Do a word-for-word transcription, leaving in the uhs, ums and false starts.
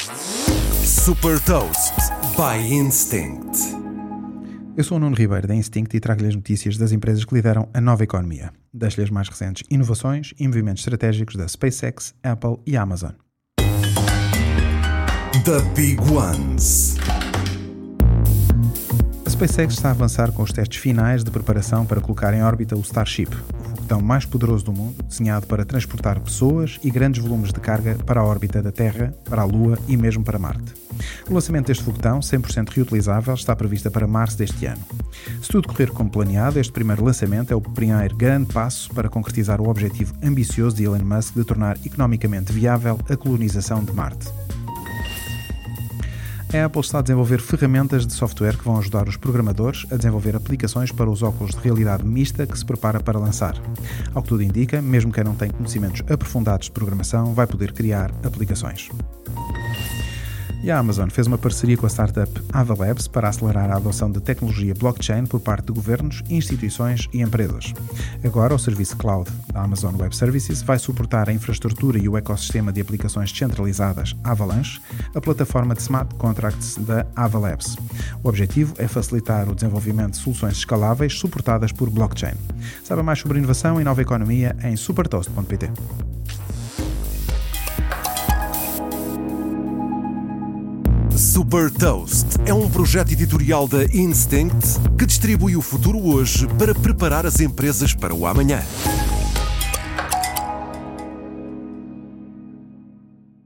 Super Toast by Instinct. Eu sou o Nuno Ribeiro da Instinct e trago-lhe as notícias das empresas que lideram a nova economia. Deixo-lhe as mais recentes inovações e movimentos estratégicos da SpaceX, Apple e Amazon. The Big Ones. A SpaceX está a avançar com os testes finais de preparação para colocar em órbita o Starship, o foguetão mais poderoso do mundo, desenhado para transportar pessoas e grandes volumes de carga para a órbita da Terra, para a Lua e mesmo para Marte. O lançamento deste foguetão, cem por cento reutilizável, está previsto para março deste ano. Se tudo correr como planeado, este primeiro lançamento é o primeiro grande passo para concretizar o objetivo ambicioso de Elon Musk de tornar economicamente viável a colonização de Marte. A Apple está a desenvolver ferramentas de software que vão ajudar os programadores a desenvolver aplicações para os óculos de realidade mista que se prepara para lançar. Ao que tudo indica, mesmo quem não tem conhecimentos aprofundados de programação, vai poder criar aplicações. E a Amazon fez uma parceria com a startup Ava Labs para acelerar a adoção de tecnologia blockchain por parte de governos, instituições e empresas. Agora, o serviço cloud da Amazon Web Services vai suportar a infraestrutura e o ecossistema de aplicações descentralizadas Avalanche, a plataforma de smart contracts da Ava Labs. O objetivo é facilitar o desenvolvimento de soluções escaláveis suportadas por blockchain. Saiba mais sobre inovação e nova economia em supertoast ponto pt. Super Toast é um projeto editorial da Instinct que distribui o futuro hoje para preparar as empresas para o amanhã.